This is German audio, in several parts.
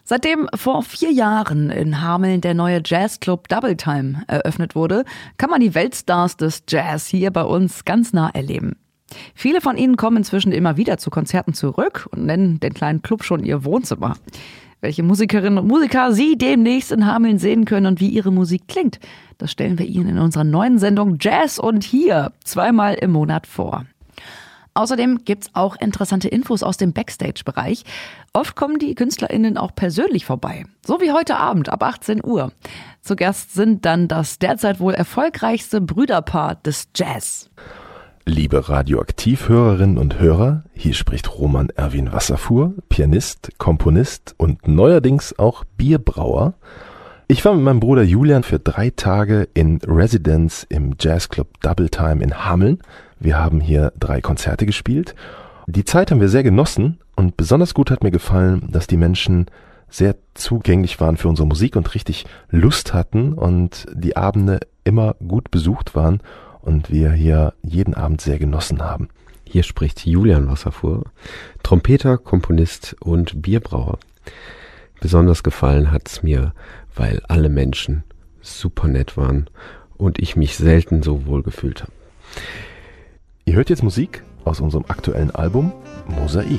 Seitdem vor 4 Jahren in Hameln der neue Jazzclub Double Time eröffnet wurde, kann man die Weltstars des Jazz hier bei uns ganz nah erleben. Viele von ihnen kommen inzwischen immer wieder zu Konzerten zurück und nennen den kleinen Club schon ihr Wohnzimmer. Welche Musikerinnen und Musiker Sie demnächst in Hameln sehen können und wie ihre Musik klingt, das stellen wir Ihnen in unserer neuen Sendung Jazz und Hier 2-mal im Monat vor. Außerdem gibt's auch interessante Infos aus dem Backstage-Bereich. Oft kommen die KünstlerInnen auch persönlich vorbei. So wie heute Abend ab 18 Uhr. Zu Gast sind dann das derzeit wohl erfolgreichste Brüderpaar des Jazz. Liebe Radioaktiv-Hörerinnen und Hörer, hier spricht Roman Erwin Wasserfuhr, Pianist, Komponist und neuerdings auch Bierbrauer. Ich war mit meinem Bruder Julian für 3 Tage in Residence im Jazzclub Double Time in Hameln. Wir haben hier 3 Konzerte gespielt. Die Zeit haben wir sehr genossen und besonders gut hat mir gefallen, dass die Menschen sehr zugänglich waren für unsere Musik und richtig Lust hatten und die Abende immer gut besucht waren und wir hier jeden Abend sehr genossen haben. Hier spricht Julian Wasserfuhr, Trompeter, Komponist und Bierbrauer. Besonders gefallen hat's mir, weil alle Menschen super nett waren und ich mich selten so wohl gefühlt habe. Ihr hört jetzt Musik aus unserem aktuellen Album Mosaik.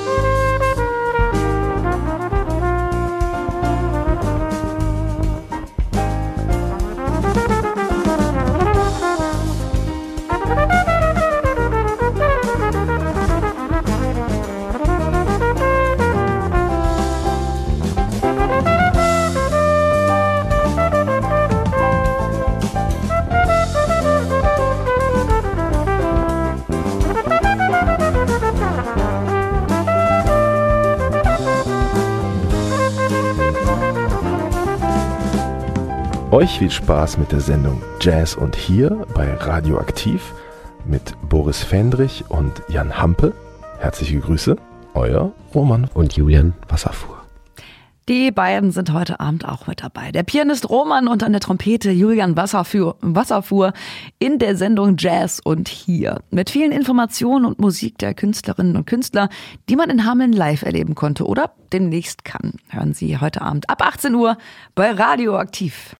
Euch viel Spaß mit der Sendung Jazz und Hier bei Radioaktiv mit Boris Fendrich und Jan Hampe. Herzliche Grüße, euer Roman und Julian Wasserfuhr. Die beiden sind heute Abend auch mit dabei. Der Pianist Roman und an der Trompete Julian Wasserfuhr in der Sendung Jazz und Hier. Mit vielen Informationen und Musik der Künstlerinnen und Künstler, die man in Hameln live erleben konnte oder demnächst kann. Hören Sie heute Abend ab 18 Uhr bei Radioaktiv.